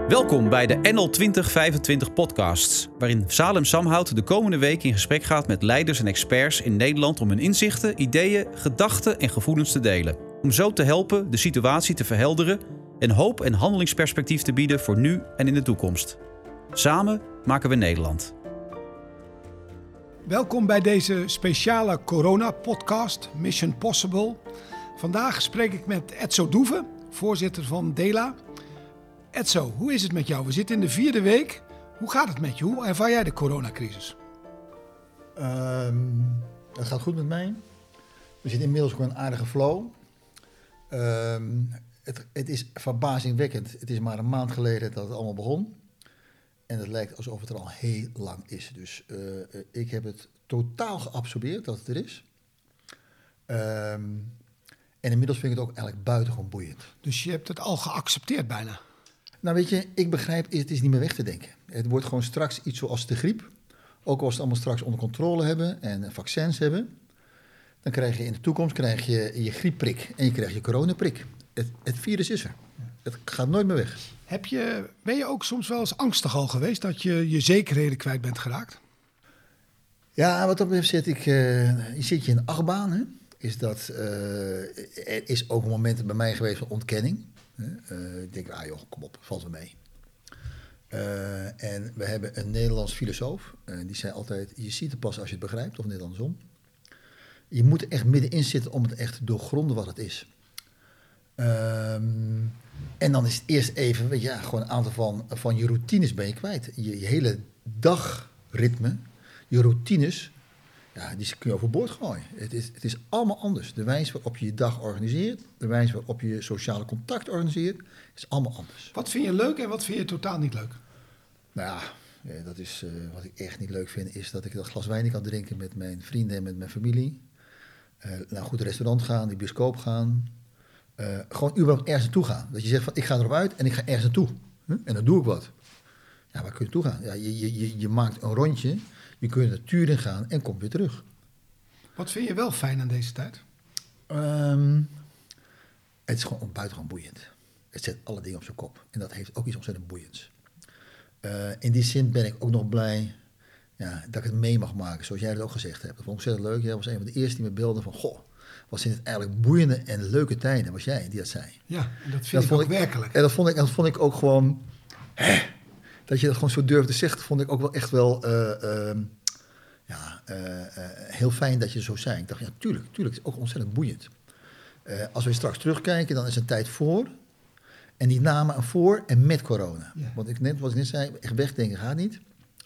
Welkom bij de NL 2025 podcasts, waarin Salem Samhout de komende week in gesprek gaat met leiders en experts in Nederland om hun inzichten, ideeën, gedachten en gevoelens te delen. Om zo te helpen de situatie te verhelderen en hoop en handelingsperspectief te bieden voor nu en in de toekomst. Samen maken we Nederland. Welkom bij deze speciale corona-podcast Mission Possible. Vandaag spreek ik met Edzo Doeve, voorzitter van DELA. Edzo, hoe is het met jou? We zitten in de 4e week. Hoe gaat het met je? Hoe ervaar jij de coronacrisis? Het gaat goed met mij. We zitten inmiddels ook in een aardige flow. Het is verbazingwekkend. Het is maar een maand geleden dat het allemaal begon. En het lijkt alsof het er al heel lang is. Dus ik heb het totaal geabsorbeerd dat het er is. En inmiddels vind ik het ook eigenlijk buitengewoon boeiend. Dus je hebt het al geaccepteerd bijna? Nou weet je, ik begrijp, het is niet meer weg te denken. Het wordt gewoon straks iets zoals de griep. Ook als we het allemaal straks onder controle hebben en vaccins hebben. Dan krijg je in de toekomst je griepprik en je krijgt je coronaprik. Het virus is er. Het gaat nooit meer weg. Ben je ook soms wel eens angstig al geweest dat je je zekerheden kwijt bent geraakt? Ja, wat dat betreft zit je in de achtbaan. Hè? Er is ook een moment bij mij geweest van ontkenning. Ik denk, joh, kom op, valt wel mee. En we hebben een Nederlands filosoof. Die zei altijd, je ziet het pas als je het begrijpt, of net andersom. Je moet er echt middenin zitten om het echt te doorgronden wat het is. En dan is het eerst even, gewoon een aantal van je routines ben je kwijt. Je hele dagritme, je routines, die kun je overboord gooien. Het is allemaal anders. De wijze waarop je je dag organiseert, de wijze waarop je sociale contact organiseert, is allemaal anders. Wat vind je leuk en wat vind je totaal niet leuk? Nou ja, dat is wat ik echt niet leuk vind, is dat ik dat glas wijn niet kan drinken met mijn vrienden en met mijn familie. Naar een goed restaurant gaan, de bioscoop gaan. Gewoon überhaupt ergens naartoe gaan. Dat je zegt van, ik ga erop uit en ik ga ergens naartoe. En dan doe ik wat. Ja, waar kun je naartoe gaan? Ja, je maakt een rondje, je kunt de natuur in gaan en komt weer terug. Wat vind je wel fijn aan deze tijd? Het is gewoon buitengewoon boeiend. Het zet alle dingen op zijn kop. En dat heeft ook iets ontzettend boeiends. In die zin ben ik ook nog blij dat ik het mee mag maken, zoals jij het ook gezegd hebt. Dat vond ik ontzettend leuk. Jij was een van de eerste die me beelden van, wat zijn het eigenlijk boeiende en leuke tijden, was jij die dat zei. Ja, en dat vind ik ook werkelijk. En dat vond ik ook gewoon, dat je dat gewoon zo durfde zeggen, vond ik ook wel echt wel heel fijn dat je zo zei. Ik dacht, ja, tuurlijk, het is ook ontzettend boeiend. Als we straks terugkijken, dan is er een tijd voor en niet na, maar voor en met corona. Ja. Wat ik net zei, echt wegdenken gaat niet.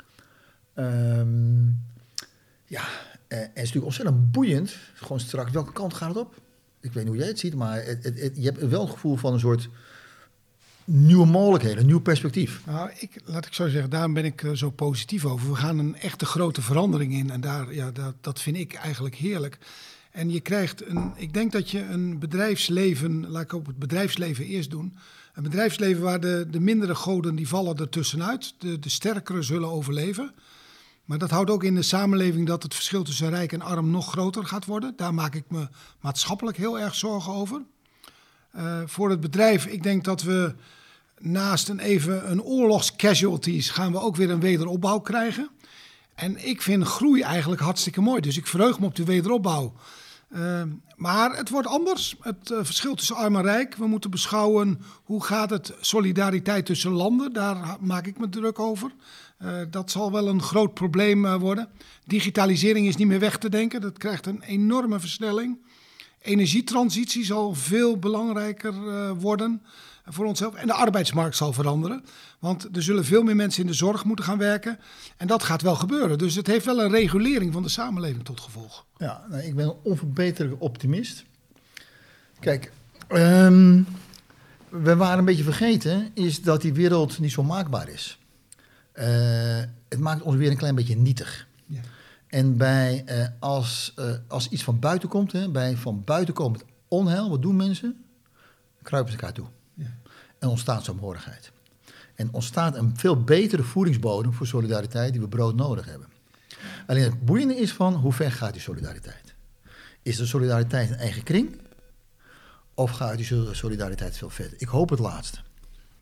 En het is natuurlijk ontzettend boeiend, gewoon straks, welke kant gaat het op? Ik weet niet hoe jij het ziet, maar je hebt wel het gevoel van een soort nieuwe mogelijkheden, een nieuw perspectief. Nou, laat ik zo zeggen, daarom ben ik zo positief over. We gaan een echte grote verandering in en dat vind ik eigenlijk heerlijk. En je krijgt ik denk dat je een bedrijfsleven, laat ik op het bedrijfsleven eerst doen. Een bedrijfsleven waar de mindere goden die vallen ertussenuit, de sterkere zullen overleven. Maar dat houdt ook in de samenleving dat het verschil tussen rijk en arm nog groter gaat worden. Daar maak ik me maatschappelijk heel erg zorgen over. Voor het bedrijf, ik denk dat we naast een oorlogscasualties gaan we ook weer een wederopbouw krijgen. En ik vind groei eigenlijk hartstikke mooi. Dus ik verheug me op de wederopbouw. Maar het wordt anders. Het verschil tussen arm en rijk. We moeten beschouwen hoe gaat het solidariteit tussen landen. Daar maak ik me druk over. Dat zal wel een groot probleem worden. Digitalisering is niet meer weg te denken. Dat krijgt een enorme versnelling. Energietransitie zal veel belangrijker worden voor onszelf. En de arbeidsmarkt zal veranderen. Want er zullen veel meer mensen in de zorg moeten gaan werken. En dat gaat wel gebeuren. Dus het heeft wel een regulering van de samenleving tot gevolg. Ja, ik ben een onverbeterlijke optimist. Kijk, we waren een beetje vergeten, is dat die wereld niet zo maakbaar is. Het maakt ons weer een klein beetje nietig. Ja. En als iets van buiten komt, bij van buiten komend onheil, wat doen mensen? Kruipen ze elkaar toe. Ja. En ontstaat saamhorigheid. En ontstaat een veel betere voedingsbodem voor solidariteit die we brood nodig hebben. Alleen het boeiende is van, hoe ver gaat die solidariteit? Is de solidariteit een eigen kring? Of gaat die solidariteit veel verder? Ik hoop het laatste.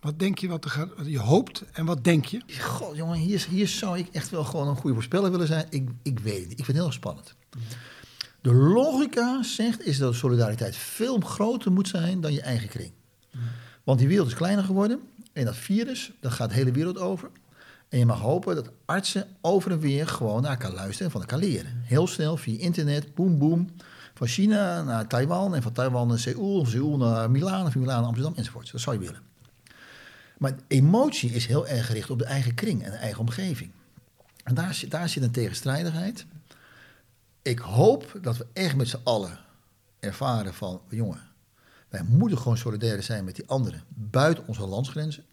Wat denk je wat je hoopt en wat denk je? God, jongen, hier zou ik echt wel gewoon een goede voorspeller willen zijn. Ik weet het niet. Ik vind het heel erg spannend. De logica zegt is dat solidariteit veel groter moet zijn dan je eigen kring. Want die wereld is kleiner geworden. En dat virus, dat gaat de hele wereld over. En je mag hopen dat artsen over en weer gewoon naar elkaar luisteren en van elkaar leren. Heel snel, via internet, boem, boem. Van China naar Taiwan en van Taiwan naar Seoul, of Seoul naar Milaan, of Milaan naar Amsterdam enzovoort. Dat zou je willen. Maar emotie is heel erg gericht op de eigen kring en de eigen omgeving. En daar zit een tegenstrijdigheid. Ik hoop dat we echt met z'n allen ervaren van, jongen, wij moeten gewoon solidair zijn met die anderen buiten onze landsgrenzen.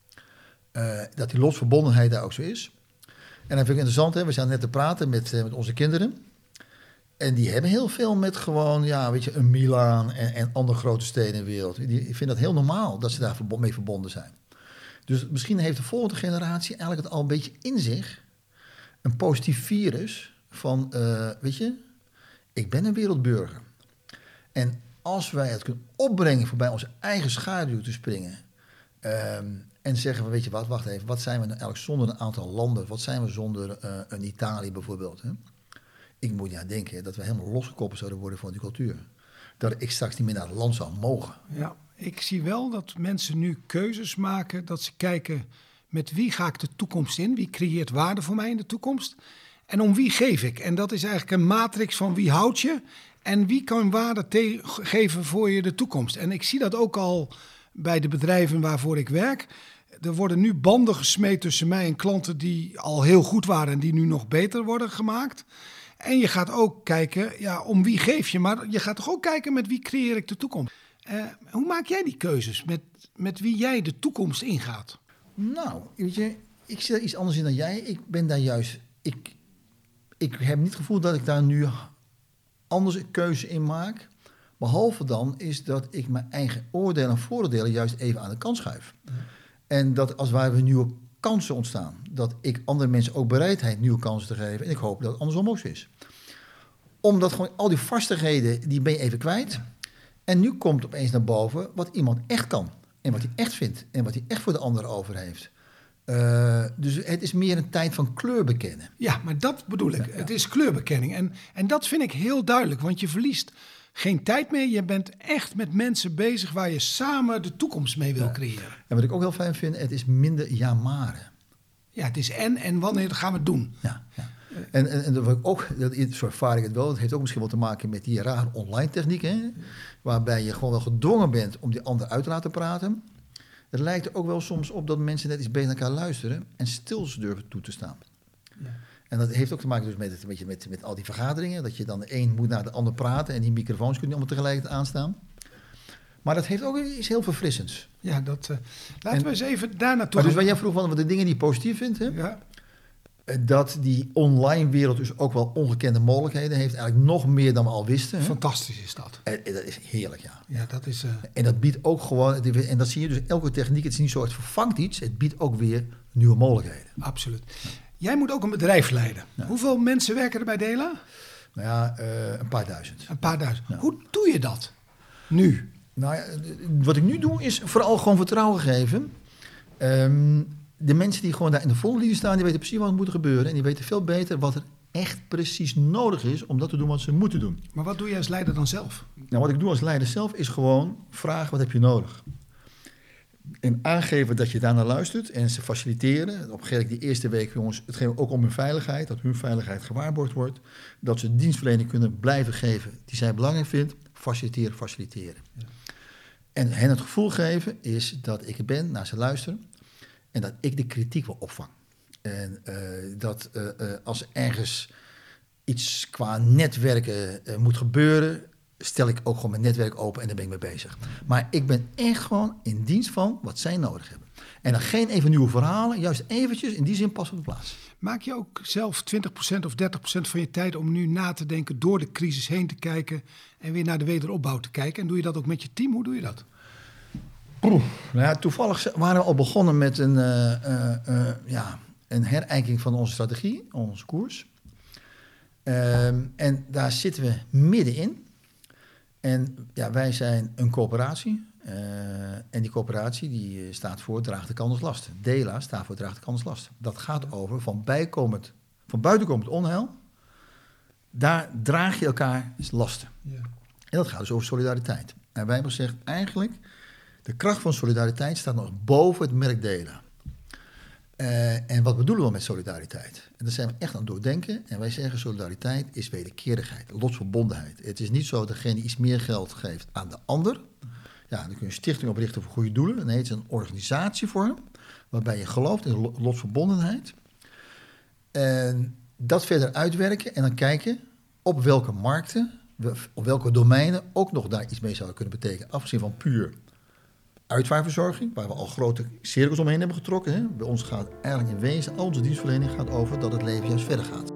Dat die losverbondenheid daar ook zo is. En dat vind ik interessant, hè? We zijn net te praten met onze kinderen. En die hebben heel veel met gewoon, ja, weet je, een Milaan en andere grote steden in de wereld. Die vinden dat heel normaal dat ze daar mee verbonden zijn. Dus misschien heeft de volgende generatie eigenlijk het al een beetje in zich. Een positief virus van, weet je, ik ben een wereldburger. En als wij het kunnen opbrengen voorbij onze eigen schaduw te springen. En zeggen we, weet je wat, wacht even, wat zijn we nou eigenlijk zonder een aantal landen? Wat zijn we zonder een Italië bijvoorbeeld? Hè? Ik moet denken dat we helemaal losgekoppeld zouden worden van die cultuur. Dat ik straks niet meer naar het land zou mogen. Ja, ik zie wel dat mensen nu keuzes maken, dat ze kijken met wie ga ik de toekomst in? Wie creëert waarde voor mij in de toekomst? En om wie geef ik? En dat is eigenlijk een matrix van wie houd je en wie kan waarde geven voor je de toekomst. En ik zie dat ook al bij de bedrijven waarvoor ik werk. Er worden nu banden gesmeed tussen mij en klanten die al heel goed waren en die nu nog beter worden gemaakt. En je gaat ook kijken, ja, om wie geef je, maar je gaat toch ook kijken met wie creëer ik de toekomst. Hoe maak jij die keuzes met wie jij de toekomst ingaat? Nou, weet je, ik zie er iets anders in dan jij. Ik ben daar juist, ik heb niet het gevoel dat ik daar nu anders een keuze in maak. Behalve dan is dat ik mijn eigen oordelen en vooroordelen juist even aan de kant schuif. Ja. En dat als waar we nieuwe kansen ontstaan, dat ik andere mensen ook bereidheid nieuwe kansen te geven. En ik hoop dat het andersom ook zo is. Omdat gewoon al die vastigheden, die ben je even kwijt. Ja. En nu komt opeens naar boven wat iemand echt kan. En wat hij echt vindt. En wat hij echt voor de ander over heeft. Dus het is meer een tijd van kleur bekennen. Ja, maar dat bedoel ik. Ja. Het is kleurbekenning. En dat vind ik heel duidelijk. Want je verliest geen tijd meer. Je bent echt met mensen bezig waar je samen de toekomst mee wil creëren. En wat ik ook heel fijn vind, het is minder ja-maren. Ja, het is en wanneer gaan we het doen. Ja. En dat ook, zo ervaar ik het wel, het heeft ook misschien wat te maken met die rare online technieken, hè, waarbij je gewoon wel gedwongen bent om die ander uit te laten praten. Het lijkt er ook wel soms op dat mensen net iets beter naar elkaar luisteren en stil durven toe te staan. Ja. En dat heeft ook te maken dus met al die vergaderingen, dat je dan de een moet naar de ander praten en die microfoons kunnen allemaal tegelijkertijd aanstaan. Maar dat heeft ook iets heel verfrissends. Ja, laten we eens even daar naartoe. Maar dus wat jij vroeg van de dingen die je positief vindt, hè? Ja. Dat die online wereld dus ook wel ongekende mogelijkheden heeft. Eigenlijk nog meer dan we al wisten. Hè? Fantastisch is dat. Dat is heerlijk, ja. Ja, dat is... En dat biedt ook gewoon... En dat zie je dus elke techniek. Het is niet zo, het vervangt iets. Het biedt ook weer nieuwe mogelijkheden. Absoluut. Ja. Jij moet ook een bedrijf leiden. Ja. Hoeveel mensen werken er bij Dela? Nou ja, een paar duizend. Een paar duizend. Ja. Hoe doe je dat nu? Nou ja, wat ik nu doe is vooral gewoon vertrouwen geven. De mensen die gewoon daar in de frontlinie staan, die weten precies wat er moet gebeuren. En die weten veel beter wat er echt precies nodig is om dat te doen wat ze moeten doen. Maar wat doe je als leider dan zelf? Nou, wat ik doe als leider zelf is gewoon vragen, wat heb je nodig? En aangeven dat je daarnaar luistert en ze faciliteren. Op die eerste week, jongens, het gaat ook om hun veiligheid. Dat hun veiligheid gewaarborgd wordt. Dat ze dienstverlening kunnen blijven geven die zij belangrijk vindt. Faciliteren. Ja. En hen het gevoel geven is dat ik er ben, naar ze luisteren. En dat ik de kritiek wel opvang. En dat als ergens iets qua netwerken moet gebeuren, stel ik ook gewoon mijn netwerk open en daar ben ik mee bezig. Maar ik ben echt gewoon in dienst van wat zij nodig hebben. En dan geen even nieuwe verhalen, juist eventjes in die zin pas op de plaats. Maak je ook zelf 20% of 30% van je tijd om nu na te denken, door de crisis heen te kijken en weer naar de wederopbouw te kijken? En doe je dat ook met je team? Hoe doe je dat? Nou ja, toevallig waren we al begonnen met een herijking van onze strategie, onze koers. En daar zitten we middenin. En ja, wij zijn een coöperatie. En die coöperatie die staat voor draag de kans lasten. DELA staat voor draag de kans lasten. Dat gaat over van buitenkomend onheil. Daar draag je elkaar lasten. Ja. En dat gaat dus over solidariteit. En wij hebben gezegd, eigenlijk, de kracht van solidariteit staat nog boven het merk DELA. En wat bedoelen we met solidariteit? En daar zijn we echt aan het doordenken. En wij zeggen, solidariteit is wederkerigheid, lotsverbondenheid. Het is niet zo dat degene iets meer geld geeft aan de ander. Ja, dan kun je een stichting oprichten voor goede doelen. Nee, het is een organisatievorm waarbij je gelooft in lotsverbondenheid. En dat verder uitwerken en dan kijken op welke markten, op welke domeinen ook nog daar iets mee zouden kunnen betekenen. Afgezien van puur uitvaartverzorging, waar we al grote cirkels omheen hebben getrokken. Hè. Bij ons gaat eigenlijk in wezen, al onze dienstverlening gaat over dat het leven juist verder gaat.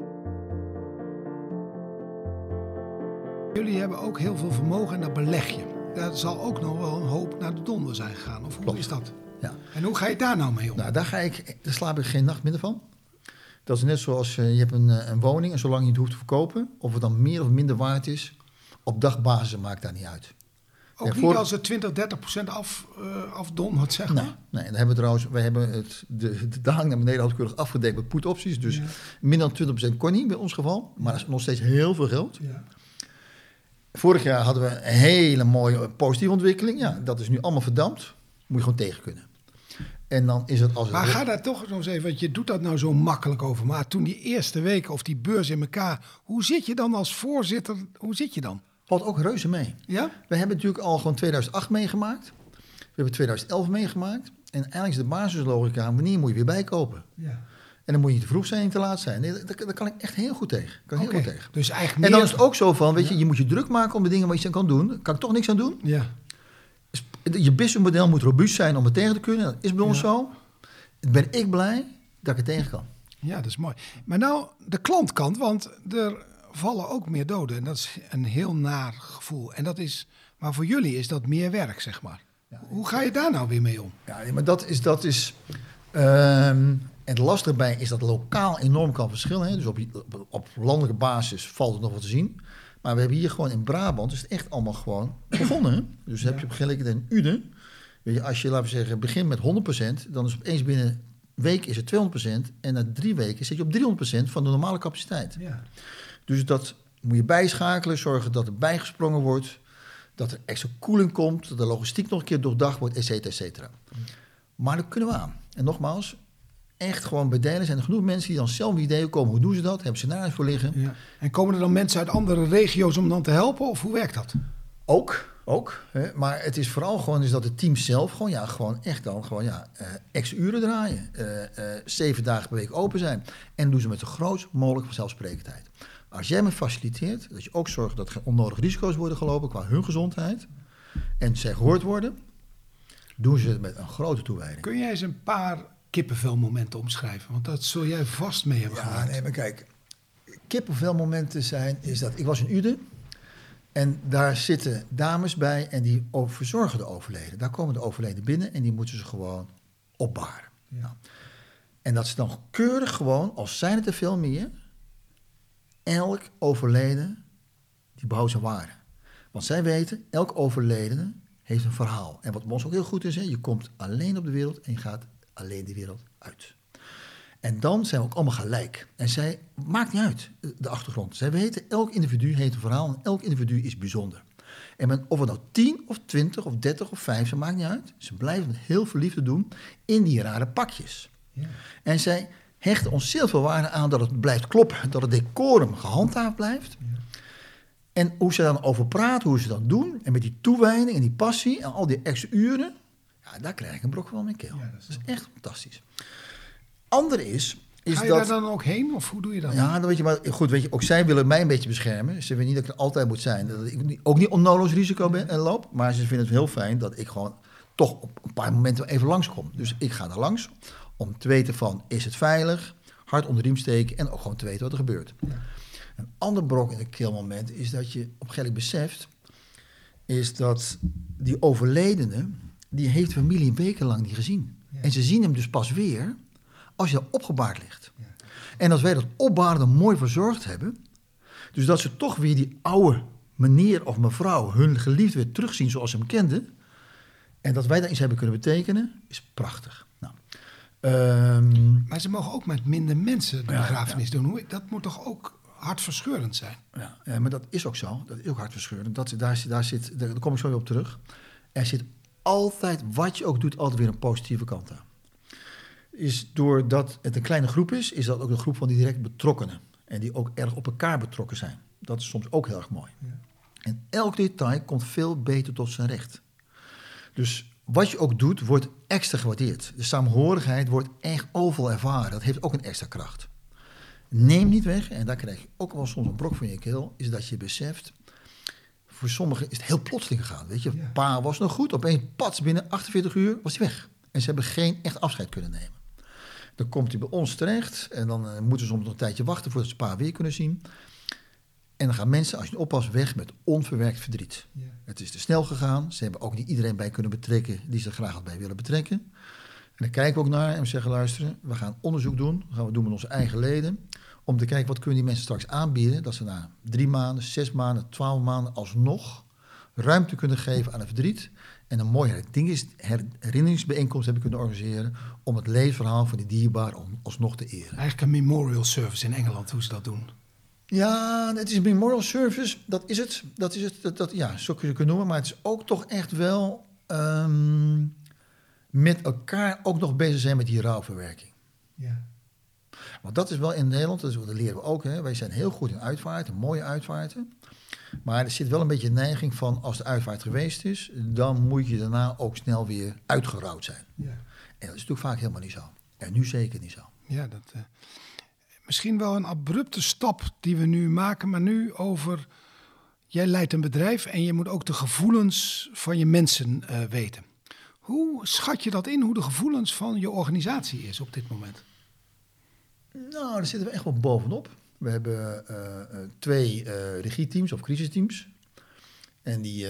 Jullie hebben ook heel veel vermogen en dat beleg je. Daar zal ook nog wel een hoop naar de donder zijn gegaan. Of hoe Klopt. Is dat? Ja. En hoe ga je daar nou mee om? Nou, daar slaap ik geen nacht minder van. Dat is net zoals je hebt een woning en zolang je het hoeft te verkopen, of het dan meer of minder waard is, op dagbasis maakt dat niet uit. Ook niet als het 20-30% afdondert, zeg maar? Nee, en dan hebben we trouwens, wij hebben de daling naar beneden al keurig afgedekt met put-opties. Dus minder dan 20% kon niet bij ons geval, maar dat is nog steeds heel veel geld. Ja. Vorig jaar hadden we een hele mooie positieve ontwikkeling. Ja, dat is nu allemaal verdampt. Moet je gewoon tegen kunnen. En dan is het als maar ga daar toch nog eens even, want je doet dat nou zo makkelijk over. Maar toen die eerste week of die beurs in elkaar, hoe zit je dan als voorzitter? Hoe zit je dan? Valt ook reuze mee. Ja? We hebben natuurlijk al gewoon 2008 meegemaakt. We hebben 2011 meegemaakt. En eigenlijk is de basislogica, wanneer moet je weer bijkopen? Ja. En dan moet je niet te vroeg zijn en te laat zijn. Nee, daar kan ik echt heel goed tegen. Heel goed tegen. Dus eigenlijk en dan is het ook zo van, weet je moet je druk maken om de dingen wat je aan kan doen. Daar kan ik toch niks aan doen. Ja. Je businessmodel moet robuust zijn om het tegen te kunnen. Dat is bij ons zo. Dan ben ik blij dat ik het tegen kan. Ja, dat is mooi. Maar nou, de klantkant, want er vallen ook meer doden. En dat is een heel naar gevoel. En dat is, maar voor jullie is dat meer werk, zeg maar. Ja, hoe ga je daar nou weer mee om? Ja, maar dat is en het lastige bij is dat lokaal enorm kan verschillen. Hè? Dus op landelijke basis valt het nog wat te zien. Maar we hebben hier gewoon in Brabant, is het echt allemaal gewoon begonnen. Hè? Dus heb je op gelijkheid in Uden. Weet je, als je, laten we zeggen, begint met 100%, dan is opeens binnen een week is het 200%. En na 3 weken zit je op 300% van de normale capaciteit. Ja. Dus dat moet je bijschakelen, zorgen dat er bijgesprongen wordt, dat er extra koeling komt, dat de logistiek nog een keer doordacht wordt, et cetera, et cetera. Maar dat kunnen we aan. En nogmaals, echt gewoon bij delen zijn er genoeg mensen die dan zelf met ideeën komen. Hoe doen ze dat? Hebben scenario's voor liggen. Ja. En komen er dan mensen uit andere regio's om dan te helpen? Of hoe werkt dat? Ook. Hè? Maar het is vooral gewoon is dat het team zelf gewoon extra uren draaien. 7 dagen per week open zijn. En dat doen ze met de grootst mogelijke vanzelfsprekendheid. Als jij me faciliteert, dat je ook zorgt dat er geen onnodige risico's worden gelopen qua hun gezondheid. En zij gehoord worden, doen ze het met een grote toewijding. Kun jij eens een paar kippenvelmomenten omschrijven? Want dat zul jij vast mee hebben gemaakt. Ja, nee, maar kijk. Kippenvelmomenten is dat ik was in Uden. En daar zitten dames bij en die verzorgen de overleden. Daar komen de overleden binnen en die moeten ze gewoon opbaren. Ja. Nou, en dat ze dan keurig gewoon, als zijn het er veel meer, elk overleden die behoudt zijn waarde. Want zij weten, elk overledene heeft een verhaal. En wat bij ons ook heel goed is, je komt alleen op de wereld en je gaat alleen de wereld uit. En dan zijn we ook allemaal gelijk. En zij, maakt niet uit, de achtergrond. Zij weten, elk individu heeft een verhaal en elk individu is bijzonder. En of het nou 10 of 20 of 30 of 5 zijn, maakt niet uit. Ze blijven met heel veel liefde doen in die rare pakjes. Ja. En zij hechten ons heel veel waarde aan dat het blijft kloppen. Dat het decorum gehandhaafd blijft. Ja. En hoe ze dan over praten, hoe ze dat doen. En met die toewijding en die passie en al die extra uren. Ja, daar krijg ik een brok van mijn keel. Ja, dat is echt fantastisch. Ander is ga je dat, daar dan ook heen? Of hoe doe je dat? Ja, dan weet je, maar goed, weet je, ook zij willen mij een beetje beschermen. Ze willen niet dat ik er altijd moet zijn. Dat ik ook niet onnodig risico ben en loop. Maar ze vinden het heel fijn dat ik gewoon toch op een paar momenten even langskom. Dus ik ga daar langs om te weten van, is het veilig? Hard onder de riem steken en ook gewoon te weten wat er gebeurt. Ja. Een ander brok in een keelmoment is dat je op een gegeven moment beseft, is dat die overledene, die heeft familie wekenlang niet gezien. Ja. En ze zien hem dus pas weer als je daar opgebaard ligt. Ja. En als wij dat opbaarden mooi verzorgd hebben, dus dat ze toch weer die oude meneer of mevrouw, hun geliefde weer terugzien zoals ze hem kenden, En dat wij daar iets hebben kunnen betekenen, is prachtig. Nou, Maar ze mogen ook met minder mensen de begrafenis doen. Dat moet toch ook hartverscheurend zijn? Ja, maar dat is ook zo. Dat is ook hartverscheurend. Daar kom ik zo weer op terug. Er zit altijd, wat je ook doet, altijd weer een positieve kant aan. Is doordat het een kleine groep is dat ook een groep van die direct betrokkenen. En die ook erg op elkaar betrokken zijn. Dat is soms ook heel erg mooi. Ja. En elk detail komt veel beter tot zijn recht. Dus wat je ook doet, wordt extra gewaardeerd. De saamhorigheid wordt echt overal ervaren. Dat heeft ook een extra kracht. Neem niet weg, en daar krijg je ook wel soms een brok van je keel, is dat je beseft, voor sommigen is het heel plotseling gegaan. Weet je, pa was nog goed, opeens pats, binnen 48 uur was hij weg. En ze hebben geen echt afscheid kunnen nemen. Dan komt hij bij ons terecht en dan moeten ze soms nog een tijdje wachten voordat ze pa weer kunnen zien. En dan gaan mensen, als je oppast, weg met onverwerkt verdriet. Ja. Het is te snel gegaan. Ze hebben ook niet iedereen bij kunnen betrekken die ze er graag had bij willen betrekken. En dan kijken we ook naar en we zeggen, luisteren, we gaan onderzoek doen. Dat gaan we doen met onze eigen leden. Om te kijken, wat kunnen die mensen straks aanbieden. Dat ze na 3 maanden, 6 maanden, 12 maanden alsnog ruimte kunnen geven aan het verdriet. En een mooie herinneringsbijeenkomst hebben kunnen organiseren om het levensverhaal van die dierbaren alsnog te eren. Eigenlijk een memorial service in Engeland, hoe ze dat doen. Ja, het is een memorial service, dat is het. Ja, zo kun je het kunnen noemen. Maar het is ook toch echt wel met elkaar ook nog bezig zijn met die rouwverwerking. Ja. Want dat is wel in Nederland, dat leren we ook. Hè. Wij zijn heel goed in uitvaarten, mooie uitvaarten. Maar er zit wel een beetje een neiging van, als de uitvaart geweest is, dan moet je daarna ook snel weer uitgerouwd zijn. Ja. En dat is natuurlijk vaak helemaal niet zo. En nu zeker niet zo. Ja, misschien wel een abrupte stap die we nu maken, maar nu over, jij leidt een bedrijf en je moet ook de gevoelens van je mensen weten. Hoe schat je dat in, hoe de gevoelens van je organisatie is op dit moment? Nou, daar zitten we echt wel bovenop. We hebben 2 regieteams of crisisteams. En die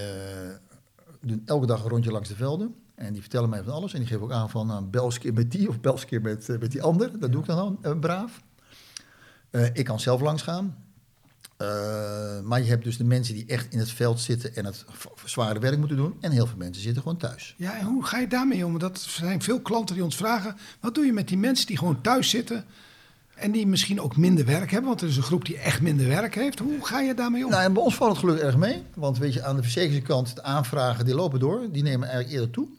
doen elke dag een rondje langs de velden. En die vertellen mij van alles. En die geven ook aan van bel eens een keer met die of bel eens een keer met die ander. Dat doe ik dan braaf. Ik kan zelf langs gaan. Maar je hebt dus de mensen die echt in het veld zitten en het zware werk moeten doen. En heel veel mensen zitten gewoon thuis. Ja, en hoe ga je daarmee om? Dat zijn veel klanten die ons vragen, wat doe je met die mensen die gewoon thuis zitten en die misschien ook minder werk hebben? Want er is een groep die echt minder werk heeft. Hoe ga je daarmee om? Nou, en bij ons valt het gelukkig erg mee. Want weet je, aan de verzekeringskant, de aanvragen die lopen door. Die nemen eigenlijk eerder toe.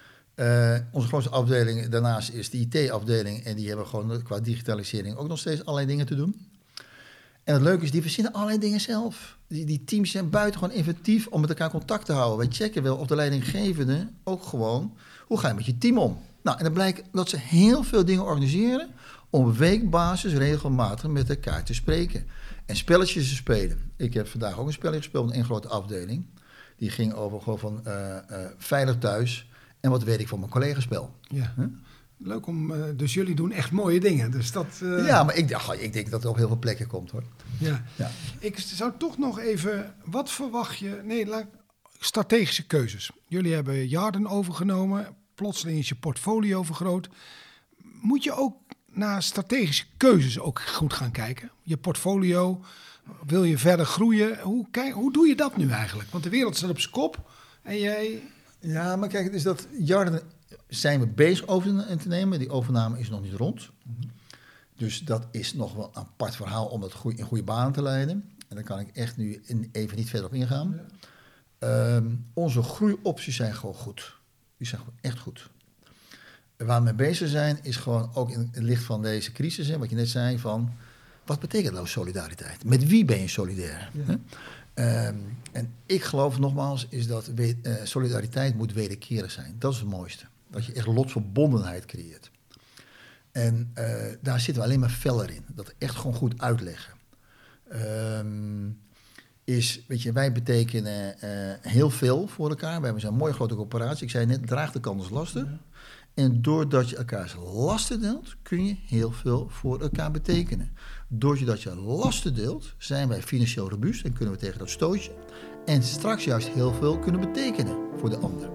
Onze grootste afdeling daarnaast is de IT-afdeling. En die hebben gewoon qua digitalisering ook nog steeds allerlei dingen te doen. En het leuke is, die verzinnen allerlei dingen zelf. Die teams zijn buitengewoon inventief om met elkaar contact te houden. Wij checken wel of de leidinggevende ook gewoon, hoe ga je met je team om? Nou, en dan blijkt dat ze heel veel dingen organiseren om op weekbasis regelmatig met elkaar te spreken. En spelletjes te spelen. Ik heb vandaag ook een spelletje gespeeld in een grote afdeling. Die ging over gewoon van veilig thuis en wat weet ik van mijn collega-spel. Ja. Leuk om, dus jullie doen echt mooie dingen. Dus dat, Ja, maar ik denk dat het op heel veel plekken komt, hoor. Ja. Ik zou toch nog even, wat verwacht je? Strategische keuzes. Jullie hebben Jarden overgenomen, plotseling is je portfolio vergroot. Moet je ook naar strategische keuzes ook goed gaan kijken? Je portfolio, wil je verder groeien? Hoe doe je dat nu eigenlijk? Want de wereld staat op zijn kop en jij... Ja, maar kijk, het is dat Jarden zijn we bezig over te nemen. Die overname is nog niet rond. Mm-hmm. Dus dat is nog wel een apart verhaal om dat in goede banen te leiden. En daar kan ik echt nu even niet verder op ingaan. Ja. Onze groeiopties zijn gewoon goed. Die zijn gewoon echt goed. Waar we mee bezig zijn, is gewoon ook in het licht van deze crisis, hè, wat je net zei, van wat betekent nou solidariteit? Met wie ben je solidair? Ja. En ik geloof nogmaals, is dat solidariteit moet wederkerig zijn. Dat is het mooiste. Dat je echt lotsverbondenheid creëert. En daar zitten we alleen maar feller in. Dat echt gewoon goed uitleggen. Weet je, wij betekenen heel veel voor elkaar. We hebben een mooie grote coöperatie. Ik zei net, draag de kans lasten. Ja. En doordat je elkaars lasten deelt, kun je heel veel voor elkaar betekenen. Doordat je lasten deelt, zijn wij financieel robuust en kunnen we tegen dat stootje. En straks juist heel veel kunnen betekenen voor de ander.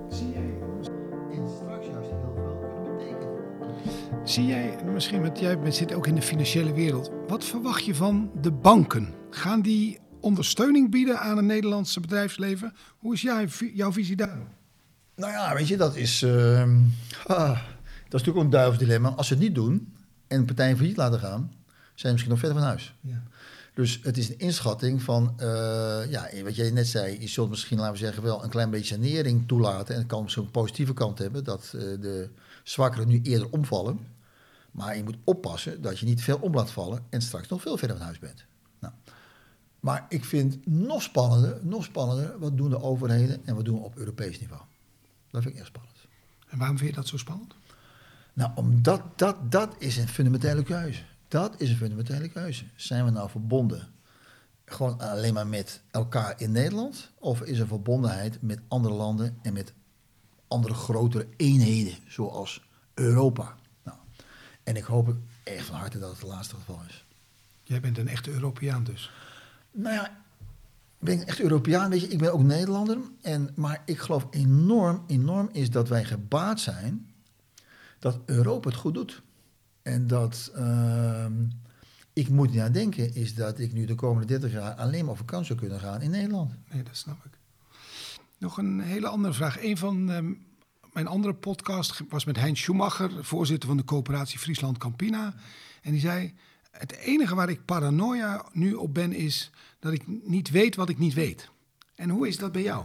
Zie jij, misschien, want jij zit ook in de financiële wereld. Wat verwacht je van de banken? Gaan die ondersteuning bieden aan het Nederlandse bedrijfsleven? Hoe is jouw visie daarop? Nou ja, weet je, dat is natuurlijk ook een duivelsdilemma. Als ze het niet doen en de partijen failliet laten gaan, zijn ze misschien nog verder van huis. Ja. Dus het is een inschatting van, wat jij net zei, je zult misschien, laten we zeggen, wel een klein beetje sanering toelaten. En het kan misschien een positieve kant hebben, dat de zwakkeren nu eerder omvallen. Maar je moet oppassen dat je niet veel om laat vallen en straks nog veel verder van huis bent. Nou. Maar ik vind nog spannender, wat doen de overheden en wat doen we op Europees niveau? Dat vind ik echt spannend. En waarom vind je dat zo spannend? Nou, omdat dat is een fundamentele keuze. Dat is een fundamentele keuze. Zijn we nou verbonden gewoon alleen maar met elkaar in Nederland? Of is er verbondenheid met andere landen en met andere grotere eenheden, zoals Europa? Nou, en ik hoop echt van harte dat het laatste geval is. Jij bent een echte Europeaan dus. Nou ja, ik ben echt Europeaan, weet je. Ik ben ook Nederlander. Maar ik geloof enorm is dat wij gebaat zijn dat Europa het goed doet. En dat ik moet niet aan denken is dat ik nu de komende 30 jaar alleen maar op vakantie zou kunnen gaan in Nederland. Nee, dat snap ik. Nog een hele andere vraag. Een van mijn andere podcast was met Hein Schumacher, voorzitter van de coöperatie Friesland Campina. En die zei, het enige waar ik paranoia nu op ben is dat ik niet weet wat ik niet weet. En hoe is dat bij jou?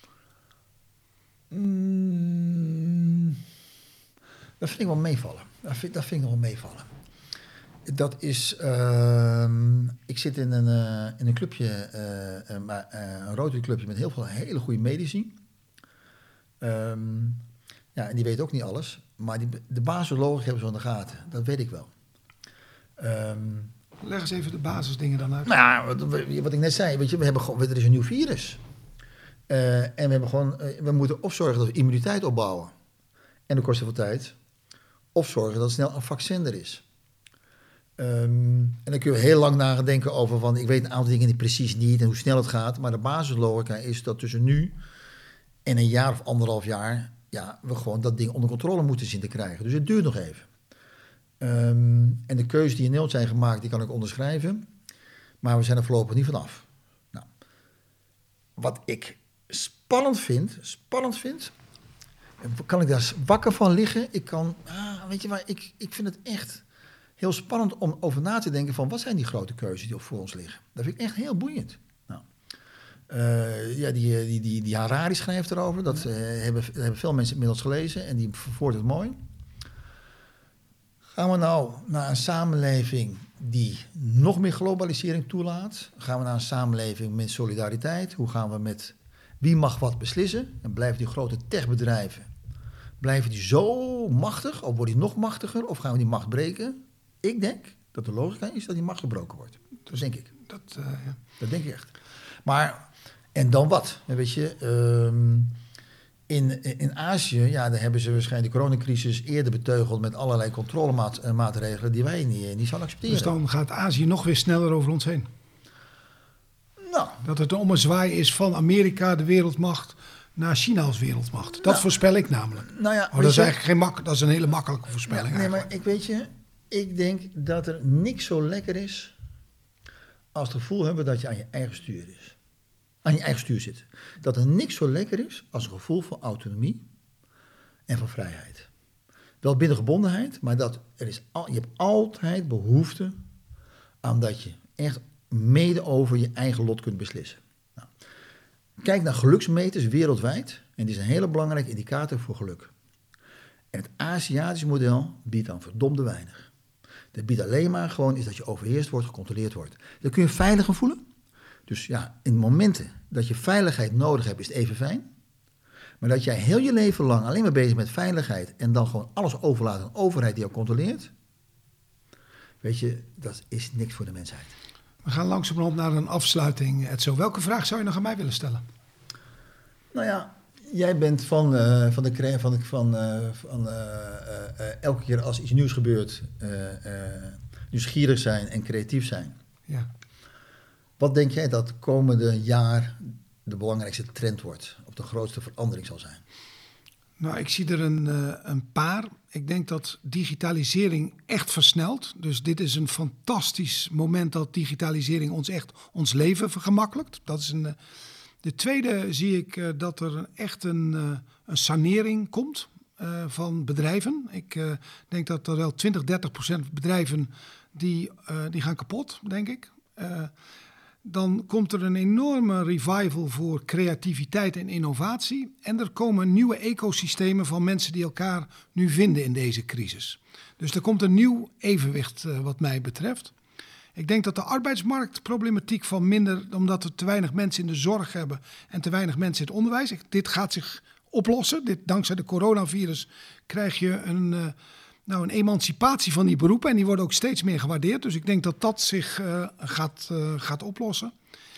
Dat vind ik wel meevallen. Dat vind ik nog wel meevallen. Dat is... ik zit in een clubje, een Rotary clubje met heel veel hele goede medici. En die weten ook niet alles. Maar de basislogica hebben ze aan de gaten. Dat weet ik wel. Leg eens even de basisdingen dan uit. Nou ja, wat ik net zei. Weet je, er is een nieuw virus. En we moeten of zorgen dat we immuniteit opbouwen. En dat kost heel veel tijd. Of zorgen dat er snel een vaccin er is. En dan kun je heel lang nadenken over van, ik weet een aantal dingen niet precies niet en hoe snel het gaat. Maar de basislogica is dat tussen nu en een jaar of 1,5 jaar, we gewoon dat ding onder controle moeten zien te krijgen. Dus het duurt nog even. En de keuzes die in Nederland zijn gemaakt, die kan ik onderschrijven. Maar we zijn er voorlopig niet vanaf. Nou, wat ik spannend vind, kan ik daar wakker van liggen? Weet je waar, ik vind het echt heel spannend om over na te denken van, wat zijn die grote keuzes die voor ons liggen? Dat vind ik echt heel boeiend. Nou, die Harari schrijft erover, dat hebben veel mensen inmiddels gelezen en die verwoordt het mooi. Gaan we nou naar een samenleving die nog meer globalisering toelaat? Gaan we naar een samenleving met solidariteit? Hoe gaan we met wie mag wat beslissen? En blijven die grote techbedrijven, blijven die zo machtig? Of worden die nog machtiger? Of gaan we die macht breken? Ik denk dat de logica is dat die macht gebroken wordt. Dat denk ik. Dat denk ik echt. Maar, en dan wat? Weet je, in Azië, daar hebben ze waarschijnlijk de coronacrisis eerder beteugeld met allerlei controlemaatregelen die wij niet zouden accepteren. Dus dan gaat Azië nog weer sneller over ons heen? Nou. Dat het een ommezwaai is van Amerika, de wereldmacht, naar China als wereldmacht. Dat voorspel ik namelijk. Nou ja, dat is eigenlijk dat is een hele makkelijke voorspelling. Nee, maar ik denk dat er niks zo lekker is als het gevoel hebben dat je aan je eigen stuur zit. Dat er niks zo lekker is als een gevoel van autonomie en van vrijheid. Wel binnengebondenheid, maar je hebt altijd behoefte aan dat je echt mede over je eigen lot kunt beslissen. Nou, kijk naar geluksmeters wereldwijd en die is een hele belangrijke indicator voor geluk. En het Aziatische model biedt dan verdomde weinig. Dat biedt alleen maar gewoon is dat je overheerst wordt, gecontroleerd wordt. Dan kun je veiliger voelen. Dus in momenten dat je veiligheid nodig hebt, is het even fijn. Maar dat jij heel je leven lang alleen maar bezig bent met veiligheid en dan gewoon alles overlaat aan een overheid die jou controleert. Weet je, dat is niks voor de mensheid. We gaan langzamerhand naar een afsluiting. Edzo, welke vraag zou je nog aan mij willen stellen? Nou ja, jij bent van elke keer als iets nieuws gebeurt, nieuwsgierig zijn en creatief zijn. Ja. Wat denk jij dat komende jaar de belangrijkste trend wordt, of de grootste verandering zal zijn? Nou, ik zie er een paar. Ik denk dat digitalisering echt versnelt. Dus dit is een fantastisch moment dat digitalisering ons leven vergemakkelijkt. Dat is De tweede zie ik dat er echt een sanering komt van bedrijven. Ik denk dat er wel 20-30% bedrijven die gaan kapot, denk ik. Dan komt er een enorme revival voor creativiteit en innovatie. En er komen nieuwe ecosystemen van mensen die elkaar nu vinden in deze crisis. Dus er komt een nieuw evenwicht wat mij betreft. Ik denk dat de arbeidsmarktproblematiek van minder, omdat we te weinig mensen in de zorg hebben en te weinig mensen in het onderwijs. Dit gaat zich oplossen. Dankzij de coronavirus krijg je een emancipatie van die beroepen en die worden ook steeds meer gewaardeerd. Dus ik denk dat dat zich gaat oplossen.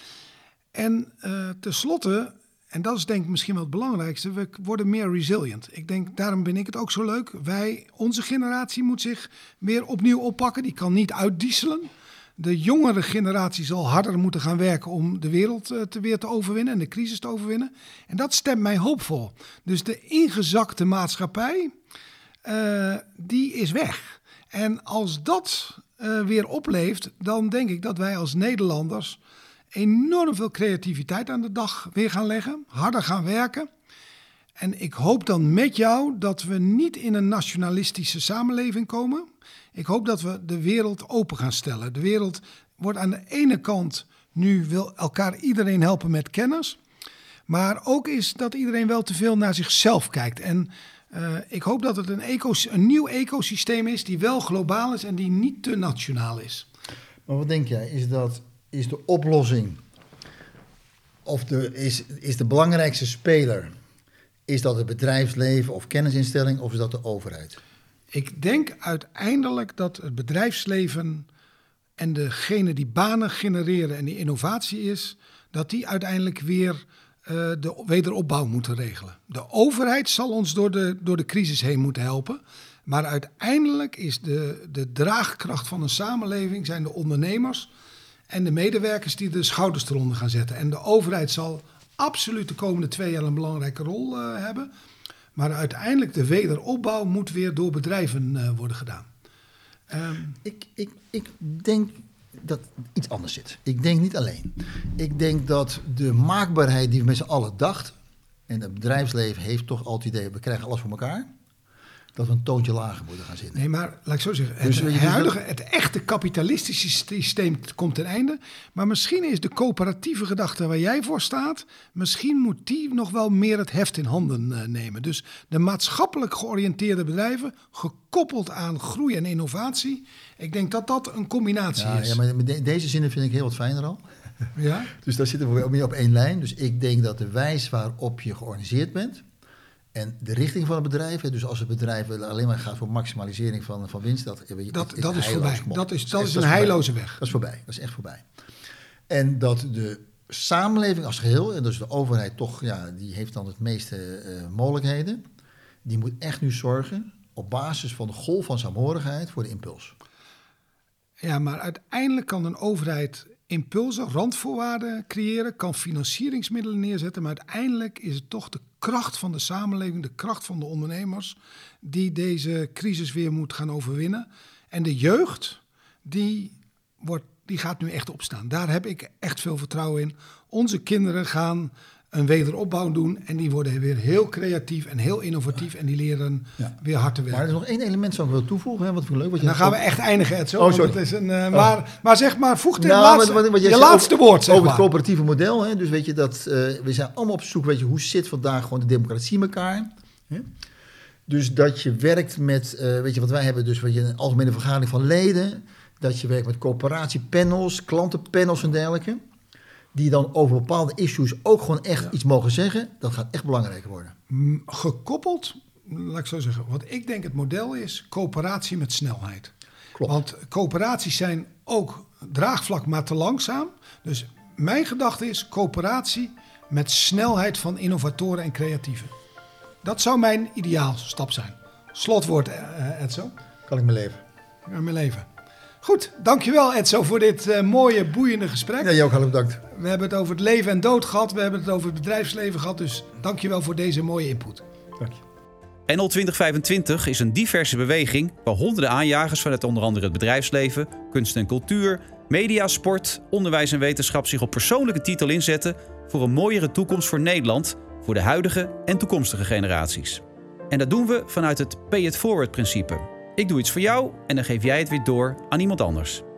En tenslotte, en dat is denk ik misschien wel het belangrijkste, we worden meer resilient. Ik denk, daarom vind ik het ook zo leuk. Onze generatie moet zich weer opnieuw oppakken. Die kan niet uitdieselen. De jongere generatie zal harder moeten gaan werken om de wereld weer te overwinnen en de crisis te overwinnen. En dat stemt mij hoopvol. Dus de ingezakte maatschappij, die is weg. En als dat weer opleeft, dan denk ik dat wij als Nederlanders enorm veel creativiteit aan de dag weer gaan leggen, harder gaan werken. En ik hoop dan met jou dat we niet in een nationalistische samenleving komen. Ik hoop dat we de wereld open gaan stellen. De wereld wordt aan de ene kant, nu wil iedereen helpen met kennis. Maar ook is dat iedereen wel te veel naar zichzelf kijkt. En ik hoop dat het een nieuw ecosysteem is die wel globaal is en die niet te nationaal is. Maar wat denk jij, is de oplossing, of is de belangrijkste speler, is dat het bedrijfsleven of kennisinstelling of is dat de overheid? Ik denk uiteindelijk dat het bedrijfsleven en degene die banen genereren en die innovatie is, dat die uiteindelijk weer de wederopbouw moeten regelen. De overheid zal ons door de crisis heen moeten helpen. Maar uiteindelijk is de draagkracht van een samenleving zijn de ondernemers en de medewerkers die de schouders eronder gaan zetten. En de overheid zal absoluut de komende 2 jaar een belangrijke rol hebben. Maar uiteindelijk de wederopbouw moet weer door bedrijven worden gedaan. Ik denk dat iets anders zit. Ik denk niet alleen. Ik denk dat de maakbaarheid die we met z'n allen dachten, en het bedrijfsleven heeft toch altijd het idee, we krijgen alles voor elkaar, dat we een toontje lager moeten gaan zitten. Nee, maar laat ik zo zeggen, het echte kapitalistische systeem komt ten einde. Maar misschien is de coöperatieve gedachte waar jij voor staat, misschien moet die nog wel meer het heft in handen nemen. Dus de maatschappelijk georiënteerde bedrijven, gekoppeld aan groei en innovatie. Ik denk dat dat een combinatie is. Ja, maar deze zinnen vind ik heel wat fijner al. Ja? Dus daar zitten we meer op één lijn. Dus ik denk dat de wijze waarop je georganiseerd bent en de richting van het bedrijf, dus als het bedrijf alleen maar gaat voor maximalisering van winst, dat is voorbij. Dat is een heilloze weg. Dat is voorbij. Dat is echt voorbij. En dat de samenleving als geheel, en dus de overheid toch, die heeft dan het meeste mogelijkheden, die moet echt nu zorgen op basis van de golf van saamhorigheid voor de impuls. Ja, maar uiteindelijk kan een overheid impulsen, randvoorwaarden creëren, kan financieringsmiddelen neerzetten, maar uiteindelijk is het toch de kracht van de samenleving, de kracht van de ondernemers, die deze crisis weer moet gaan overwinnen. En de jeugd, die gaat nu echt opstaan. Daar heb ik echt veel vertrouwen in. Onze kinderen gaan een wederopbouw doen en die worden weer heel creatief en heel innovatief en die leren weer hard te werken. Maar er is nog 1 element dat ik wil toevoegen. Hè, wat vind ik leuk. Dan gaan we echt eindigen, Edzo. Oh, sorry. Het is maar zeg maar, voeg je laatste woord. Over het coöperatieve model. Hè, dus weet je dat we zijn allemaal op zoek. Weet je, hoe zit vandaag gewoon de democratie in elkaar? Hè? Dus dat je werkt met, weet je wat wij hebben, dus een algemene vergadering van leden. Dat je werkt met coöperatiepanels, klantenpanels en dergelijke. Die dan over bepaalde issues ook gewoon echt iets mogen zeggen. Dat gaat echt belangrijker worden. Gekoppeld, laat ik zo zeggen. Wat ik denk het model is, coöperatie met snelheid. Klopt. Want coöperaties zijn ook draagvlak, maar te langzaam. Dus mijn gedachte is coöperatie met snelheid van innovatoren en creatieven. Dat zou mijn ideaalstap zijn. Slotwoord, Edzo. Kan ik mijn leven. Ja, mijn leven. Goed, dankjewel Edzo voor dit mooie, boeiende gesprek. Ja, jij ook hartelijk bedankt. We hebben het over het leven en dood gehad. We hebben het over het bedrijfsleven gehad. Dus dankjewel voor deze mooie input. Dank je. NL 2025 is een diverse beweging waar honderden aanjagers vanuit onder andere het bedrijfsleven, kunst en cultuur, media, sport, onderwijs en wetenschap zich op persoonlijke titel inzetten voor een mooiere toekomst voor Nederland, voor de huidige en toekomstige generaties. En dat doen we vanuit het Pay It Forward principe. Ik doe iets voor jou en dan geef jij het weer door aan iemand anders.